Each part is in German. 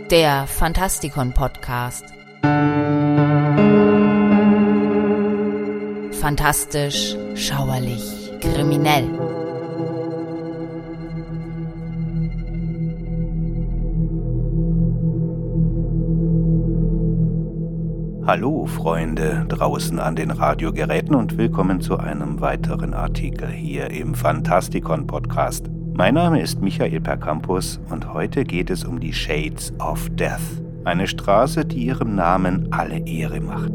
Der Fantastikon-Podcast. Fantastisch, schauerlich, kriminell. Hallo Freunde draußen an den Radiogeräten und willkommen zu einem weiteren Artikel hier im Fantastikon-Podcast. Mein Name ist Michael Percampus und heute geht es um die Shades of Death, eine Straße, die ihrem Namen alle Ehre macht.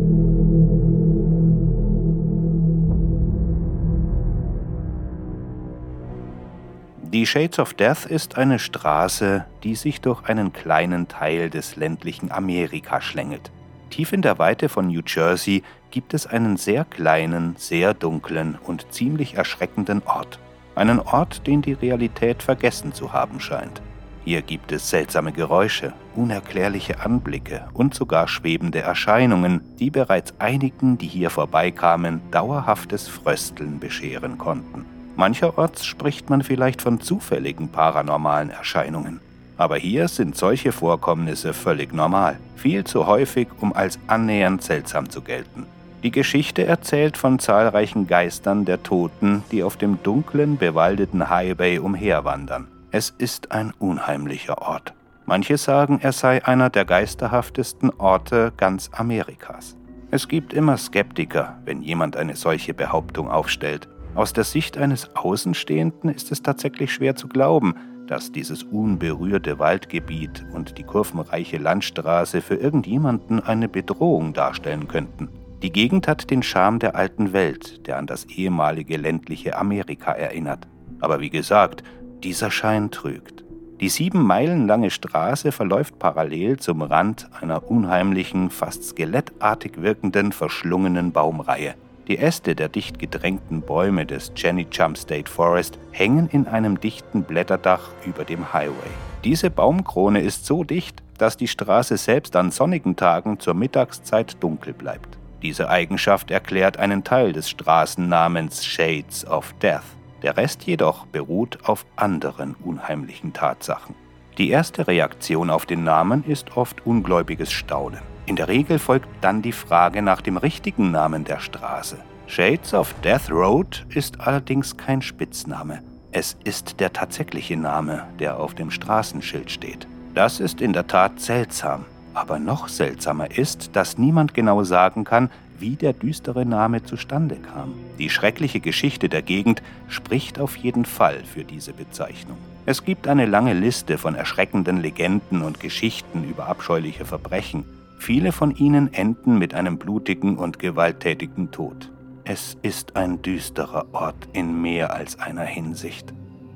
Die Shades of Death ist eine Straße, die sich durch einen kleinen Teil des ländlichen Amerika schlängelt. Tief in der Weite von New Jersey gibt es einen sehr kleinen, sehr dunklen und ziemlich erschreckenden Ort. Einen Ort, den die Realität vergessen zu haben scheint. Hier gibt es seltsame Geräusche, unerklärliche Anblicke und sogar schwebende Erscheinungen, die bereits einigen, die hier vorbeikamen, dauerhaftes Frösteln bescheren konnten. Mancherorts spricht man vielleicht von zufälligen paranormalen Erscheinungen. Aber hier sind solche Vorkommnisse völlig normal, viel zu häufig, um als annähernd seltsam zu gelten. Die Geschichte erzählt von zahlreichen Geistern der Toten, die auf dem dunklen, bewaldeten Highway umherwandern. Es ist ein unheimlicher Ort. Manche sagen, er sei einer der geisterhaftesten Orte ganz Amerikas. Es gibt immer Skeptiker, wenn jemand eine solche Behauptung aufstellt. Aus der Sicht eines Außenstehenden ist es tatsächlich schwer zu glauben, dass dieses unberührte Waldgebiet und die kurvenreiche Landstraße für irgendjemanden eine Bedrohung darstellen könnten. Die Gegend hat den Charme der alten Welt, der an das ehemalige ländliche Amerika erinnert. Aber wie gesagt, dieser Schein trügt. Die 7 Meilen lange Straße verläuft parallel zum Rand einer unheimlichen, fast skelettartig wirkenden, verschlungenen Baumreihe. Die Äste der dicht gedrängten Bäume des Jenny Jump State Forest hängen in einem dichten Blätterdach über dem Highway. Diese Baumkrone ist so dicht, dass die Straße selbst an sonnigen Tagen zur Mittagszeit dunkel bleibt. Diese Eigenschaft erklärt einen Teil des Straßennamens Shades of Death. Der Rest jedoch beruht auf anderen unheimlichen Tatsachen. Die erste Reaktion auf den Namen ist oft ungläubiges Staunen. In der Regel folgt dann die Frage nach dem richtigen Namen der Straße. Shades of Death Road ist allerdings kein Spitzname. Es ist der tatsächliche Name, der auf dem Straßenschild steht. Das ist in der Tat seltsam. Aber noch seltsamer ist, dass niemand genau sagen kann, wie der düstere Name zustande kam. Die schreckliche Geschichte der Gegend spricht auf jeden Fall für diese Bezeichnung. Es gibt eine lange Liste von erschreckenden Legenden und Geschichten über abscheuliche Verbrechen. Viele von ihnen enden mit einem blutigen und gewalttätigen Tod. Es ist ein düsterer Ort in mehr als einer Hinsicht.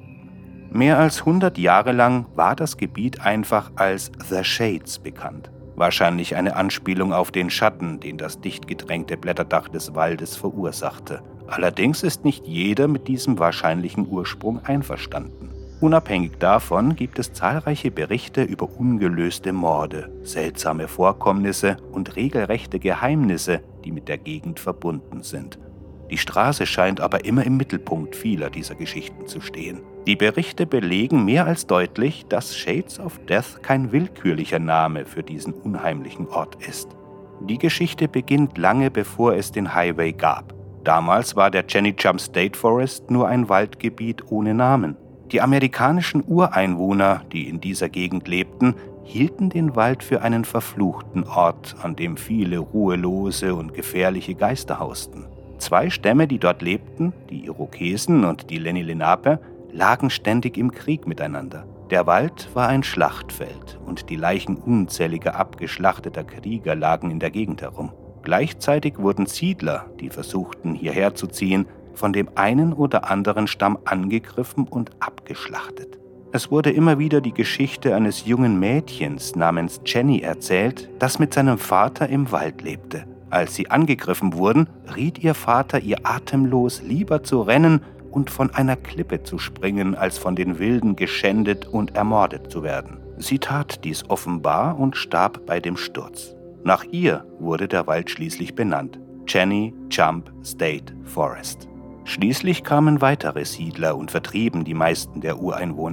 Mehr als 100 Jahre lang war das Gebiet einfach als The Shades bekannt. Wahrscheinlich eine Anspielung auf den Schatten, den das dicht gedrängte Blätterdach des Waldes verursachte. Allerdings ist nicht jeder mit diesem wahrscheinlichen Ursprung einverstanden. Unabhängig davon gibt es zahlreiche Berichte über ungelöste Morde, seltsame Vorkommnisse und regelrechte Geheimnisse, die mit der Gegend verbunden sind. Die Straße scheint aber immer im Mittelpunkt vieler dieser Geschichten zu stehen. Die Berichte belegen mehr als deutlich, dass Shades of Death kein willkürlicher Name für diesen unheimlichen Ort ist. Die Geschichte beginnt lange bevor es den Highway gab. Damals war der Jenny Jump State Forest nur ein Waldgebiet ohne Namen. Die amerikanischen Ureinwohner, die in dieser Gegend lebten, hielten den Wald für einen verfluchten Ort, an dem viele ruhelose und gefährliche Geister hausten. 2 Stämme, die dort lebten, die Irokesen und die Lenni Lenape, lagen ständig im Krieg miteinander. Der Wald war ein Schlachtfeld und die Leichen unzähliger abgeschlachteter Krieger lagen in der Gegend herum. Gleichzeitig wurden Siedler, die versuchten, hierher zu ziehen, von dem einen oder anderen Stamm angegriffen und abgeschlachtet. Es wurde immer wieder die Geschichte eines jungen Mädchens namens Jenny erzählt, das mit seinem Vater im Wald lebte. Als sie angegriffen wurden, riet ihr Vater ihr atemlos, lieber zu rennen und von einer Klippe zu springen, als von den Wilden geschändet und ermordet zu werden. Sie tat dies offenbar und starb bei dem Sturz. Nach ihr wurde der Wald schließlich benannt: Jenny Jump State Forest. Schließlich kamen weitere Siedler und vertrieben die meisten der Ureinwohner.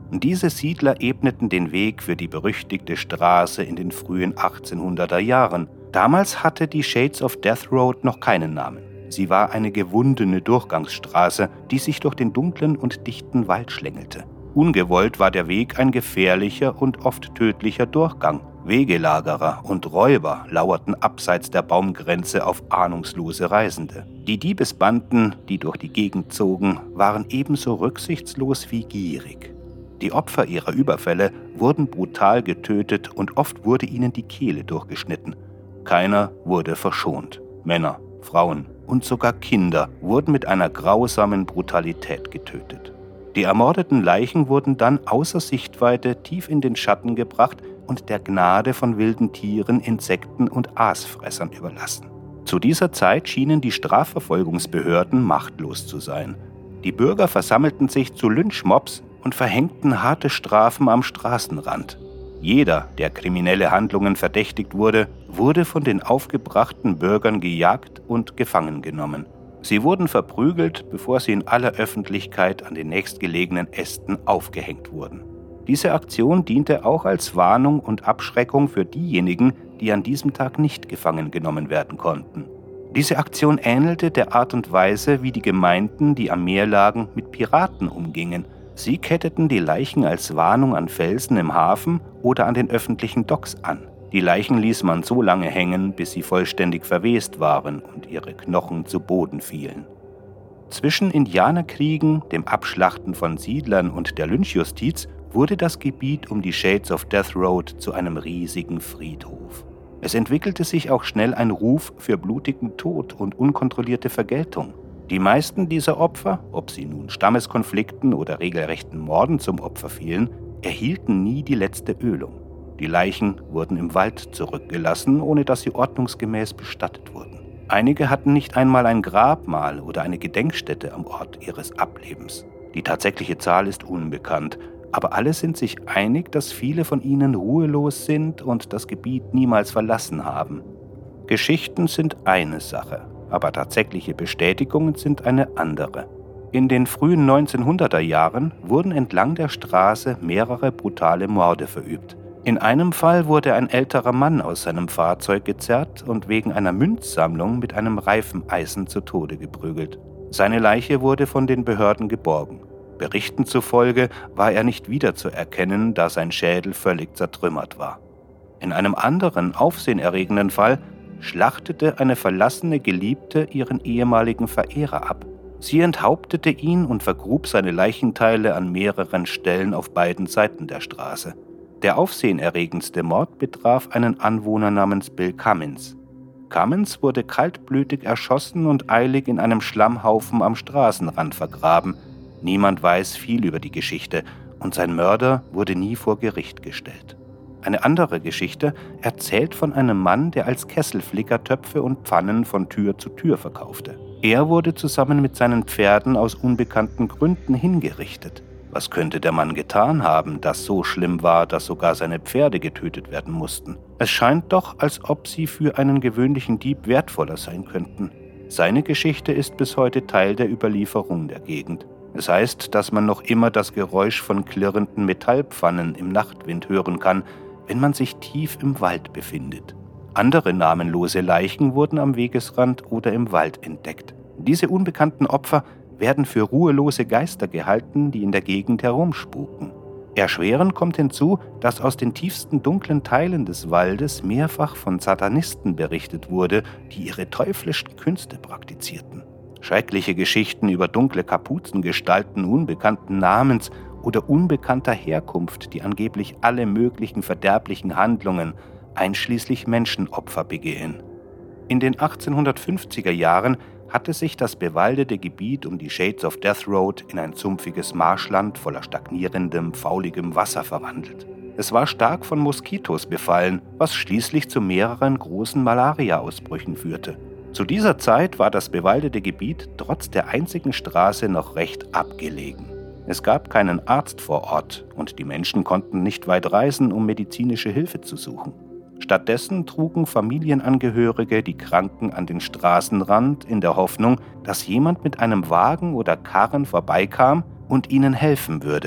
Diese Siedler ebneten den Weg für die berüchtigte Straße in den frühen 1800er Jahren. Damals hatte die Shades of Death Road noch keinen Namen. Sie war eine gewundene Durchgangsstraße, die sich durch den dunklen und dichten Wald schlängelte. Ungewollt war der Weg ein gefährlicher und oft tödlicher Durchgang. Wegelagerer und Räuber lauerten abseits der Baumgrenze auf ahnungslose Reisende. Die Diebesbanden, die durch die Gegend zogen, waren ebenso rücksichtslos wie gierig. Die Opfer ihrer Überfälle wurden brutal getötet und oft wurde ihnen die Kehle durchgeschnitten. Keiner wurde verschont. Männer, Frauen und sogar Kinder wurden mit einer grausamen Brutalität getötet. Die ermordeten Leichen wurden dann außer Sichtweite tief in den Schatten gebracht und der Gnade von wilden Tieren, Insekten und Aasfressern überlassen. Zu dieser Zeit schienen die Strafverfolgungsbehörden machtlos zu sein. Die Bürger versammelten sich zu Lynchmobs und verhängten harte Strafen am Straßenrand. Jeder, der kriminelle Handlungen verdächtigt wurde, wurde von den aufgebrachten Bürgern gejagt und gefangen genommen. Sie wurden verprügelt, bevor sie in aller Öffentlichkeit an den nächstgelegenen Ästen aufgehängt wurden. Diese Aktion diente auch als Warnung und Abschreckung für diejenigen, die an diesem Tag nicht gefangen genommen werden konnten. Diese Aktion ähnelte der Art und Weise, wie die Gemeinden, die am Meer lagen, mit Piraten umgingen. Sie ketteten die Leichen als Warnung an Felsen im Hafen oder an den öffentlichen Docks an. Die Leichen ließ man so lange hängen, bis sie vollständig verwest waren und ihre Knochen zu Boden fielen. Zwischen Indianerkriegen, dem Abschlachten von Siedlern und der Lynchjustiz wurde das Gebiet um die Shades of Death Road zu einem riesigen Friedhof. Es entwickelte sich auch schnell ein Ruf für blutigen Tod und unkontrollierte Vergeltung. Die meisten dieser Opfer, ob sie nun Stammeskonflikten oder regelrechten Morden zum Opfer fielen, erhielten nie die letzte Ölung. Die Leichen wurden im Wald zurückgelassen, ohne dass sie ordnungsgemäß bestattet wurden. Einige hatten nicht einmal ein Grabmal oder eine Gedenkstätte am Ort ihres Ablebens. Die tatsächliche Zahl ist unbekannt, aber alle sind sich einig, dass viele von ihnen ruhelos sind und das Gebiet niemals verlassen haben. Geschichten sind eine Sache, aber tatsächliche Bestätigungen sind eine andere. In den frühen 1900er Jahren wurden entlang der Straße mehrere brutale Morde verübt. In einem Fall wurde ein älterer Mann aus seinem Fahrzeug gezerrt und wegen einer Münzsammlung mit einem Reifeneisen zu Tode geprügelt. Seine Leiche wurde von den Behörden geborgen. Berichten zufolge war er nicht wiederzuerkennen, da sein Schädel völlig zertrümmert war. In einem anderen, aufsehenerregenden Fall schlachtete eine verlassene Geliebte ihren ehemaligen Verehrer ab. Sie enthauptete ihn und vergrub seine Leichenteile an mehreren Stellen auf beiden Seiten der Straße. Der aufsehenerregendste Mord betraf einen Anwohner namens Bill Cummins. Cummins wurde kaltblütig erschossen und eilig in einem Schlammhaufen am Straßenrand vergraben. Niemand weiß viel über die Geschichte und sein Mörder wurde nie vor Gericht gestellt. Eine andere Geschichte erzählt von einem Mann, der als Kesselflicker Töpfe und Pfannen von Tür zu Tür verkaufte. Er wurde zusammen mit seinen Pferden aus unbekannten Gründen hingerichtet. Was könnte der Mann getan haben, das so schlimm war, dass sogar seine Pferde getötet werden mussten? Es scheint doch, als ob sie für einen gewöhnlichen Dieb wertvoller sein könnten. Seine Geschichte ist bis heute Teil der Überlieferung der Gegend. Es heißt, dass man noch immer das Geräusch von klirrenden Metallpfannen im Nachtwind hören kann, wenn man sich tief im Wald befindet. Andere namenlose Leichen wurden am Wegesrand oder im Wald entdeckt. Diese unbekannten Opfer werden für ruhelose Geister gehalten, die in der Gegend herumspuken. Erschwerend kommt hinzu, dass aus den tiefsten dunklen Teilen des Waldes mehrfach von Satanisten berichtet wurde, die ihre teuflischen Künste praktizierten. Schreckliche Geschichten über dunkle Kapuzengestalten unbekannten Namens oder unbekannter Herkunft, die angeblich alle möglichen verderblichen Handlungen, einschließlich Menschenopfer, begehen. In den 1850er Jahren hatte sich das bewaldete Gebiet um die Shades of Death Road in ein sumpfiges Marschland voller stagnierendem, fauligem Wasser verwandelt. Es war stark von Moskitos befallen, was schließlich zu mehreren großen Malaria-Ausbrüchen führte. Zu dieser Zeit war das bewaldete Gebiet trotz der einzigen Straße noch recht abgelegen. Es gab keinen Arzt vor Ort und die Menschen konnten nicht weit reisen, um medizinische Hilfe zu suchen. Stattdessen trugen Familienangehörige die Kranken an den Straßenrand in der Hoffnung, dass jemand mit einem Wagen oder Karren vorbeikam und ihnen helfen würde.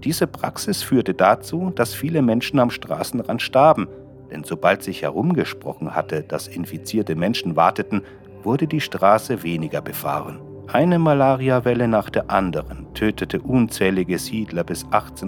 Diese Praxis führte dazu, dass viele Menschen am Straßenrand starben, denn sobald sich herumgesprochen hatte, dass infizierte Menschen warteten, wurde die Straße weniger befahren. Eine Malariawelle nach der anderen tötete unzählige Siedler bis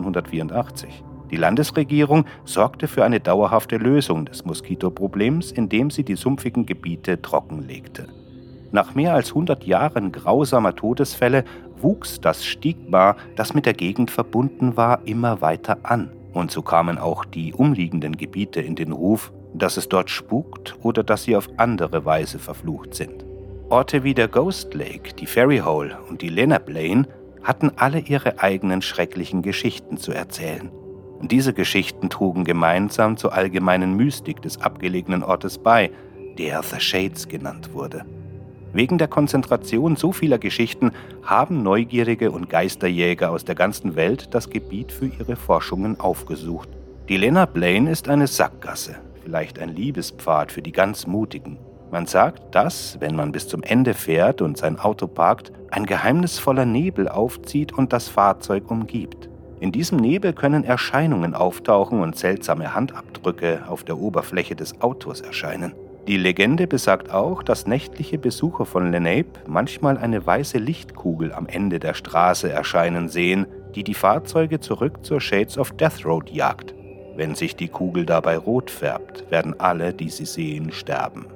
1884. Die Landesregierung sorgte für eine dauerhafte Lösung des Moskitoproblems, indem sie die sumpfigen Gebiete trockenlegte. Nach mehr als 100 Jahren grausamer Todesfälle wuchs das Stigma, das mit der Gegend verbunden war, immer weiter an. Und so kamen auch die umliegenden Gebiete in den Ruf, dass es dort spukt oder dass sie auf andere Weise verflucht sind. Orte wie der Ghost Lake, die Ferryhole und die Lenape Lane hatten alle ihre eigenen schrecklichen Geschichten zu erzählen. Und diese Geschichten trugen gemeinsam zur allgemeinen Mystik des abgelegenen Ortes bei, der The Shades genannt wurde. Wegen der Konzentration so vieler Geschichten haben Neugierige und Geisterjäger aus der ganzen Welt das Gebiet für ihre Forschungen aufgesucht. Die Lenape Lane ist eine Sackgasse, vielleicht ein Liebespfad für die ganz Mutigen. Man sagt, dass, wenn man bis zum Ende fährt und sein Auto parkt, ein geheimnisvoller Nebel aufzieht und das Fahrzeug umgibt. In diesem Nebel können Erscheinungen auftauchen und seltsame Handabdrücke auf der Oberfläche des Autos erscheinen. Die Legende besagt auch, dass nächtliche Besucher von Lenape manchmal eine weiße Lichtkugel am Ende der Straße erscheinen sehen, die die Fahrzeuge zurück zur Shades of Death Road jagt. Wenn sich die Kugel dabei rot färbt, werden alle, die sie sehen, sterben.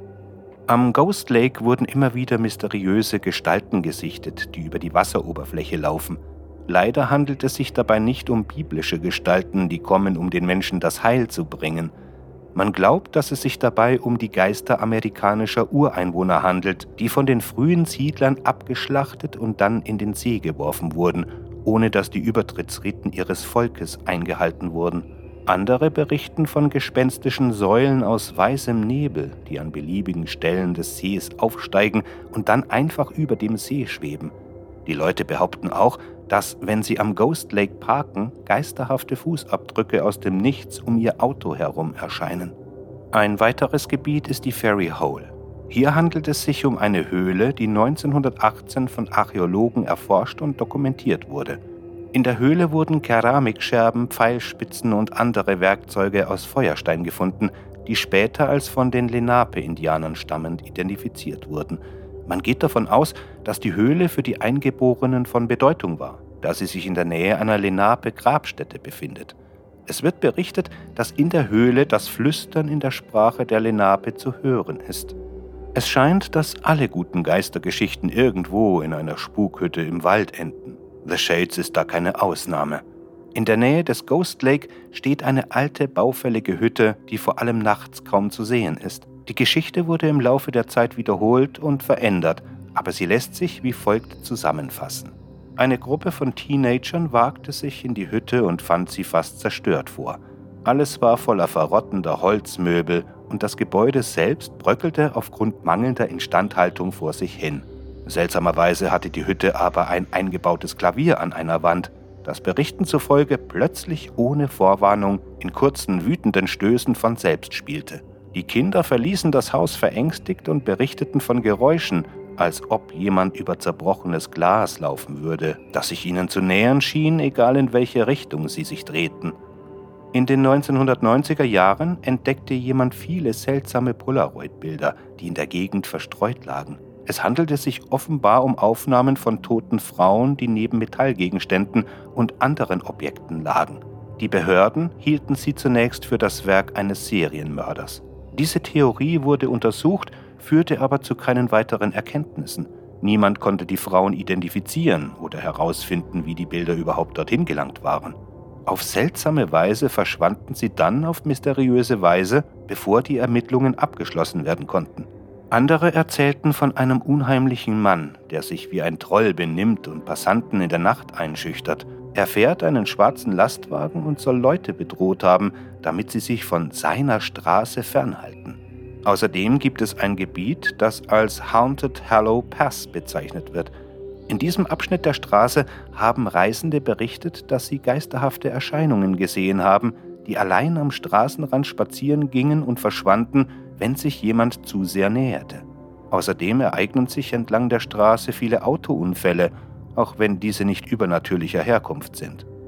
Am Ghost Lake wurden immer wieder mysteriöse Gestalten gesichtet, die über die Wasseroberfläche laufen. Leider handelt es sich dabei nicht um biblische Gestalten, die kommen, um den Menschen das Heil zu bringen. Man glaubt, dass es sich dabei um die Geister amerikanischer Ureinwohner handelt, die von den frühen Siedlern abgeschlachtet und dann in den See geworfen wurden, ohne dass die Übertrittsriten ihres Volkes eingehalten wurden. Andere berichten von gespenstischen Säulen aus weißem Nebel, die an beliebigen Stellen des Sees aufsteigen und dann einfach über dem See schweben. Die Leute behaupten auch, dass, wenn sie am Ghost Lake parken, geisterhafte Fußabdrücke aus dem Nichts um ihr Auto herum erscheinen. Ein weiteres Gebiet ist die Ferryhole. Hier handelt es sich um eine Höhle, die 1918 von Archäologen erforscht und dokumentiert wurde. In der Höhle wurden Keramikscherben, Pfeilspitzen und andere Werkzeuge aus Feuerstein gefunden, die später als von den Lenape-Indianern stammend identifiziert wurden. Man geht davon aus, dass die Höhle für die Eingeborenen von Bedeutung war, da sie sich in der Nähe einer Lenape-Grabstätte befindet. Es wird berichtet, dass in der Höhle das Flüstern in der Sprache der Lenape zu hören ist. Es scheint, dass alle guten Geistergeschichten irgendwo in einer Spukhütte im Wald enden. The Shades ist da keine Ausnahme. In der Nähe des Ghost Lake steht eine alte, baufällige Hütte, die vor allem nachts kaum zu sehen ist. Die Geschichte wurde im Laufe der Zeit wiederholt und verändert, aber sie lässt sich wie folgt zusammenfassen. Eine Gruppe von Teenagern wagte sich in die Hütte und fand sie fast zerstört vor. Alles war voller verrottender Holzmöbel und das Gebäude selbst bröckelte aufgrund mangelnder Instandhaltung vor sich hin. Seltsamerweise hatte die Hütte aber ein eingebautes Klavier an einer Wand, das Berichten zufolge plötzlich ohne Vorwarnung in kurzen, wütenden Stößen von selbst spielte. Die Kinder verließen das Haus verängstigt und berichteten von Geräuschen, als ob jemand über zerbrochenes Glas laufen würde, das sich ihnen zu nähern schien, egal in welche Richtung sie sich drehten. In den 1990er Jahren entdeckte jemand viele seltsame Polaroid-Bilder, die in der Gegend verstreut lagen. Es handelte sich offenbar um Aufnahmen von toten Frauen, die neben Metallgegenständen und anderen Objekten lagen. Die Behörden hielten sie zunächst für das Werk eines Serienmörders. Diese Theorie wurde untersucht, führte aber zu keinen weiteren Erkenntnissen. Niemand konnte die Frauen identifizieren oder herausfinden, wie die Bilder überhaupt dorthin gelangt waren. Auf seltsame Weise verschwanden sie dann auf mysteriöse Weise, bevor die Ermittlungen abgeschlossen werden konnten. Andere erzählten von einem unheimlichen Mann, der sich wie ein Troll benimmt und Passanten in der Nacht einschüchtert. Er fährt einen schwarzen Lastwagen und soll Leute bedroht haben, damit sie sich von seiner Straße fernhalten. Außerdem gibt es ein Gebiet, das als Haunted Hollow Pass bezeichnet wird. In diesem Abschnitt der Straße haben Reisende berichtet, dass sie geisterhafte Erscheinungen gesehen haben, die allein am Straßenrand spazieren gingen und verschwanden, wenn sich jemand zu sehr näherte. Außerdem ereignen sich entlang der Straße viele Autounfälle, auch wenn diese nicht übernatürlicher Herkunft sind.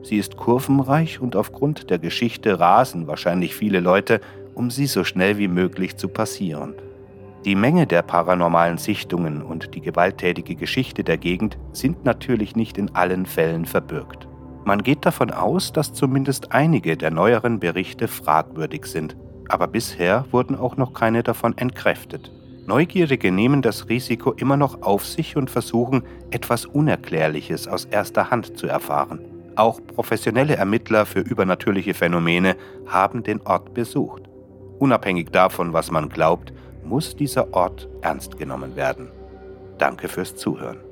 Sie ist kurvenreich und aufgrund der Geschichte rasen wahrscheinlich viele Leute, um sie so schnell wie möglich zu passieren. Die Menge der paranormalen Sichtungen und die gewalttätige Geschichte der Gegend sind natürlich nicht in allen Fällen verbürgt. Man geht davon aus, dass zumindest einige der neueren Berichte fragwürdig sind, aber bisher wurden auch noch keine davon entkräftet. Neugierige nehmen das Risiko immer noch auf sich und versuchen, etwas Unerklärliches aus erster Hand zu erfahren. Auch professionelle Ermittler für übernatürliche Phänomene haben den Ort besucht. Unabhängig davon, was man glaubt, muss dieser Ort ernst genommen werden. Danke fürs Zuhören.